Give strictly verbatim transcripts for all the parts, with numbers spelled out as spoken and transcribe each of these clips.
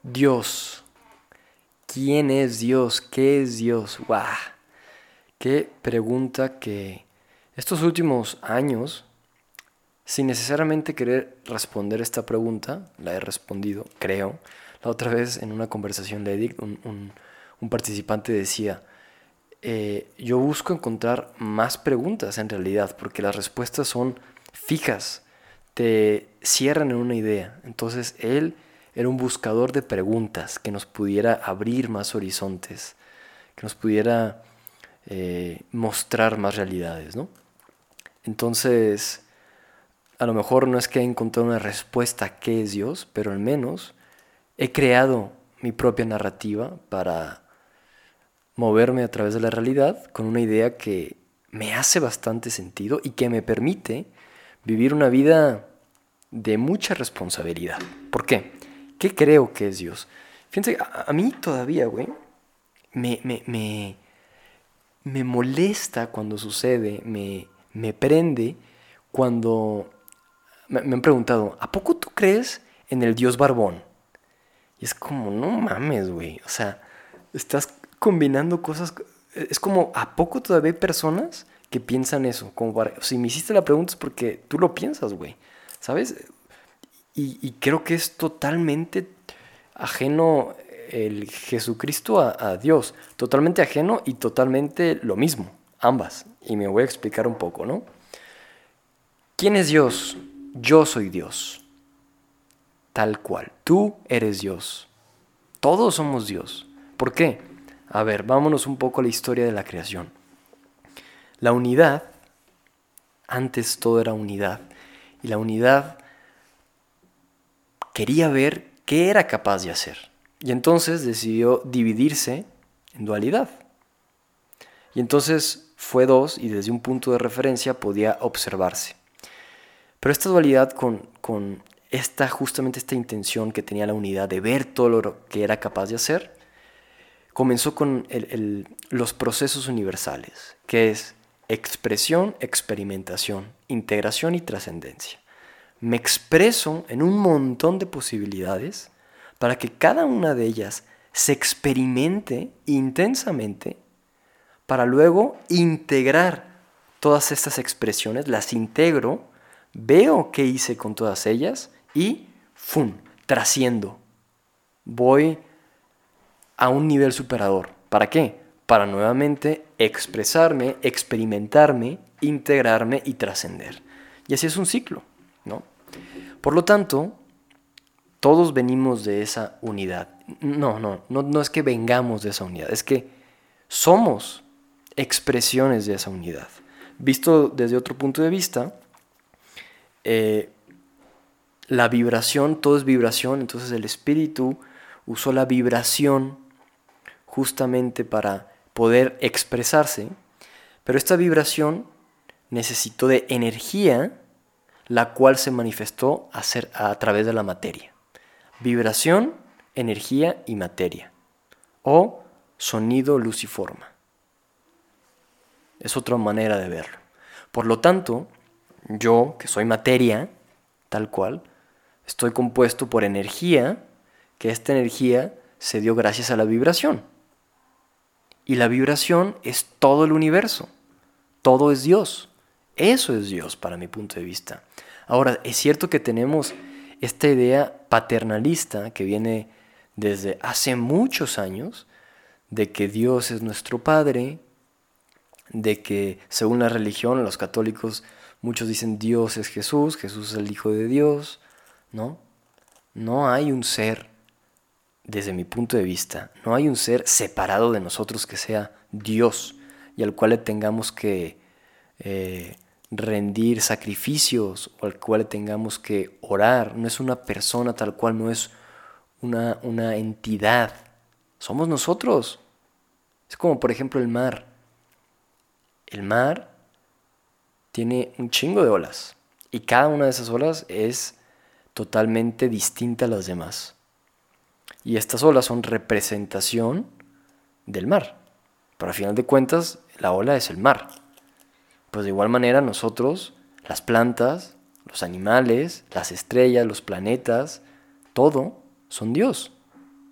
Dios. ¿Quién es Dios? ¿Qué es Dios? ¡Guau! Qué pregunta que estos últimos años, sin necesariamente querer responder esta pregunta, la he respondido, creo. La otra vez en una conversación de Edict, un, un, un participante decía, eh, yo busco encontrar más preguntas en realidad, porque las respuestas son fijas, te cierran en una idea. Entonces él era un buscador de preguntas que nos pudiera abrir más horizontes, que nos pudiera eh, mostrar más realidades, ¿no? Entonces, a lo mejor no es que he encontrado una respuesta a qué es Dios, pero al menos he creado mi propia narrativa para moverme a través de la realidad con una idea que me hace bastante sentido y que me permite vivir una vida de mucha responsabilidad. ¿Por qué? ¿Qué creo que es Dios? Fíjense, a, a mí todavía, güey, me, me, me, me molesta cuando sucede, me, me prende cuando me, me han preguntado, ¿a poco tú crees en el Dios barbón? Y es como, no mames, güey. O sea, estás combinando cosas. Es como, ¿a poco todavía hay personas que piensan eso? Como para, si me hiciste la pregunta es porque tú lo piensas, güey. ¿Sabes? Y, y creo que es totalmente ajeno el Jesucristo a, a Dios. Totalmente ajeno y totalmente lo mismo. Ambas. Y me voy a explicar un poco, ¿no? ¿Quién es Dios? Yo soy Dios. Tal cual. Tú eres Dios. Todos somos Dios. ¿Por qué? A ver, vámonos un poco a la historia de la creación. La unidad, antes todo era unidad, y la unidad quería ver qué era capaz de hacer. Y entonces decidió dividirse en dualidad. Y entonces fue dos y desde un punto de referencia podía observarse. Pero esta dualidad con, con esta, justamente esta intención que tenía la unidad de ver todo lo que era capaz de hacer, comenzó con el, el, los procesos universales, que es expresión, experimentación, integración y trascendencia. Me expreso en un montón de posibilidades para que cada una de ellas se experimente intensamente para luego integrar todas estas expresiones, las integro, veo qué hice con todas ellas y ¡fum! Trasciendo. Voy a un nivel superador. ¿Para qué? Para nuevamente expresarme, experimentarme, integrarme y trascender. Y así es un ciclo, ¿no? Por lo tanto, todos venimos de esa unidad. No, no, no, no es que vengamos de esa unidad, es que somos expresiones de esa unidad. Visto desde otro punto de vista, eh, la vibración, todo es vibración, entonces el espíritu usó la vibración justamente para poder expresarse, pero esta vibración necesitó de energía, la cual se manifestó a, ser, a través de la materia. Vibración, energía y materia, o sonido, luz y forma. Es otra manera de verlo. Por lo tanto, yo, que soy materia, tal cual, estoy compuesto por energía, que esta energía se dio gracias a la vibración. Y la vibración es todo el universo. Todo es Dios. Eso es Dios para mi punto de vista. Ahora, es cierto que tenemos esta idea paternalista que viene desde hace muchos años de que Dios es nuestro Padre, de que según la religión, los católicos, muchos dicen Dios es Jesús, Jesús es el Hijo de Dios, ¿no? No hay un ser, desde mi punto de vista, no hay un ser separado de nosotros que sea Dios y al cual le tengamos que eh, rendir sacrificios o al cual le tengamos que orar. No es una persona tal cual, no es una, una entidad. Somos nosotros. Es como por ejemplo el mar. El mar tiene un chingo de olas y cada una de esas olas es totalmente distinta a las demás. Y estas olas son representación del mar. Pero al final de cuentas, la ola es el mar. Pues de igual manera nosotros, las plantas, los animales, las estrellas, los planetas, todo son Dios.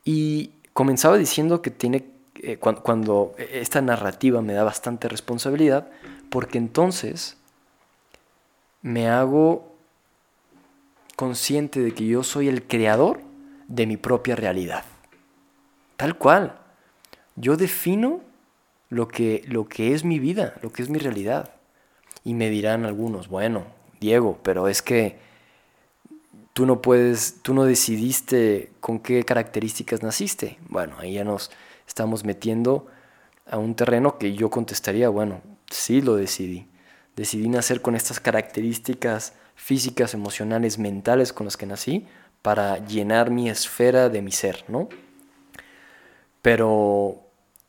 Y comenzaba diciendo que tiene, eh, cuando, cuando esta narrativa me da bastante responsabilidad, porque entonces me hago consciente de que yo soy el creador de mi propia realidad. Tal cual. Yo defino lo que, lo que es mi vida, lo que es mi realidad. Y me dirán algunos, bueno, Diego, pero es que tú no puedes, tú no decidiste con qué características naciste. Bueno, ahí ya nos estamos metiendo a un terreno que yo contestaría, bueno, sí lo decidí. Decidí nacer con estas características físicas, emocionales, mentales con las que nací para llenar mi esfera de mi ser, ¿no? Pero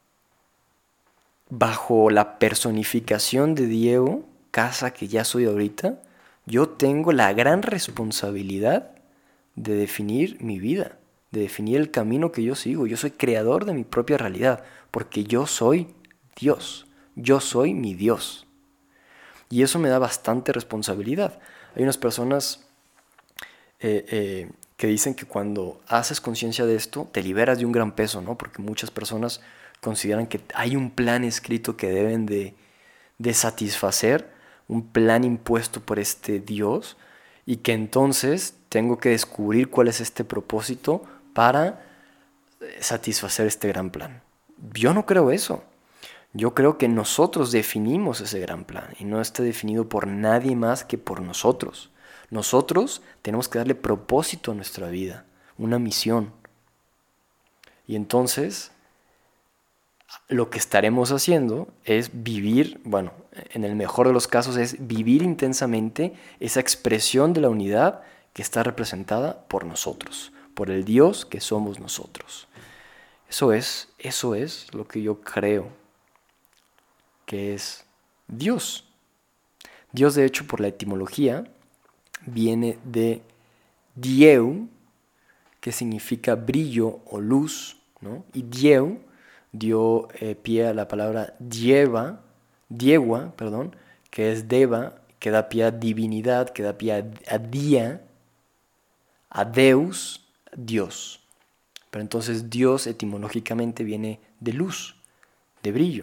bajo la personificación de Diego Casa que ya soy ahorita, yo tengo la gran responsabilidad de definir mi vida, de definir el camino que yo sigo. Yo soy creador de mi propia realidad, porque yo soy Dios, yo soy mi Dios. Y eso me da bastante responsabilidad. Hay unas personas eh, eh, que dicen que cuando haces conciencia de esto, te liberas de un gran peso, ¿no? Porque muchas personas consideran que hay un plan escrito que deben de, de satisfacer, un plan impuesto por este Dios, y que entonces tengo que descubrir cuál es este propósito para satisfacer este gran plan. Yo no creo eso. Yo creo que nosotros definimos ese gran plan y no está definido por nadie más que por nosotros. Nosotros tenemos que darle propósito a nuestra vida, una misión. Y entonces lo que estaremos haciendo es vivir, bueno, en el mejor de los casos es vivir intensamente esa expresión de la unidad que está representada por nosotros, por el Dios que somos nosotros. Eso es, eso es lo que yo creo que es Dios. Dios, de hecho, por la etimología, viene de dieu, que significa brillo o luz, ¿no? Y dieu dio eh, pie a la palabra dieva, diegua, perdón, que es deva, que da pie a divinidad, que da pie a, a día, a Deus, Dios. Pero entonces Dios etimológicamente viene de luz, de brillo.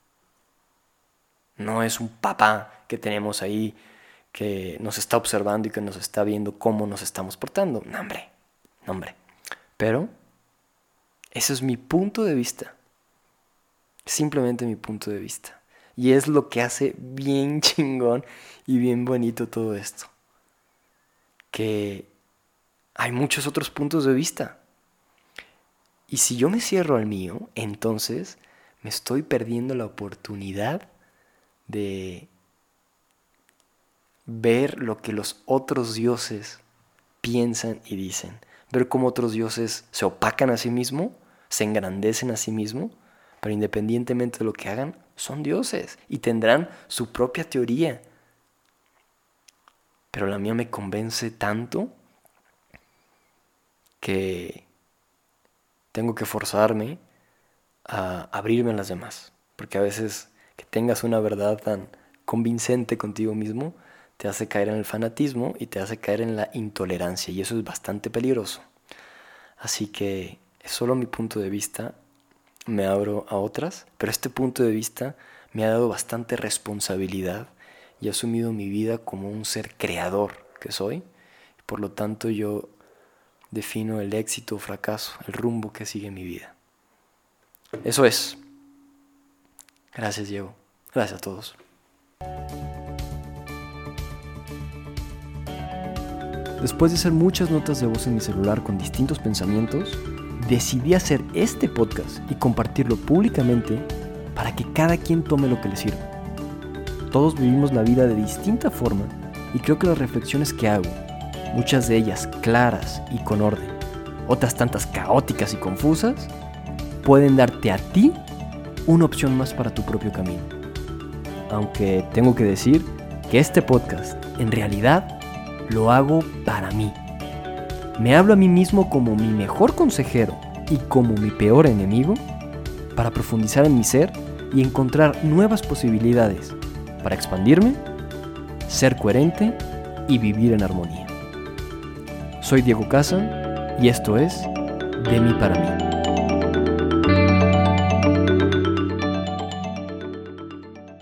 No es un papá que tenemos ahí que nos está observando y que nos está viendo cómo nos estamos portando. No, hombre, no, hombre. Pero ese es mi punto de vista. Simplemente mi punto de vista. Y es lo que hace bien chingón y bien bonito todo esto. Que hay muchos otros puntos de vista. Y si yo me cierro al mío, entonces me estoy perdiendo la oportunidad de ver lo que los otros dioses piensan y dicen. Ver cómo otros dioses se opacan a sí mismos, se engrandecen a sí mismos, pero independientemente de lo que hagan, son dioses y tendrán su propia teoría. Pero la mía me convence tanto que tengo que forzarme a abrirme a las demás. Porque a veces que tengas una verdad tan convincente contigo mismo te hace caer en el fanatismo y te hace caer en la intolerancia, y eso es bastante peligroso. Así que es solo mi punto de vista, me abro a otras, pero este punto de vista me ha dado bastante responsabilidad y he asumido mi vida como un ser creador que soy. Por lo tanto, yo defino el éxito o fracaso, el rumbo que sigue mi vida. Eso es. Gracias, Diego. Gracias a todos. Después de hacer muchas notas de voz en mi celular con distintos pensamientos, decidí hacer este podcast y compartirlo públicamente para que cada quien tome lo que le sirva. Todos vivimos la vida de distinta forma y creo que las reflexiones que hago, muchas de ellas claras y con orden, otras tantas caóticas y confusas, pueden darte a ti una opción más para tu propio camino. Aunque tengo que decir que este podcast, en realidad, lo hago para mí. Me hablo a mí mismo como mi mejor consejero y como mi peor enemigo para profundizar en mi ser y encontrar nuevas posibilidades para expandirme, ser coherente y vivir en armonía. Soy Diego Casa y esto es De mí para mí.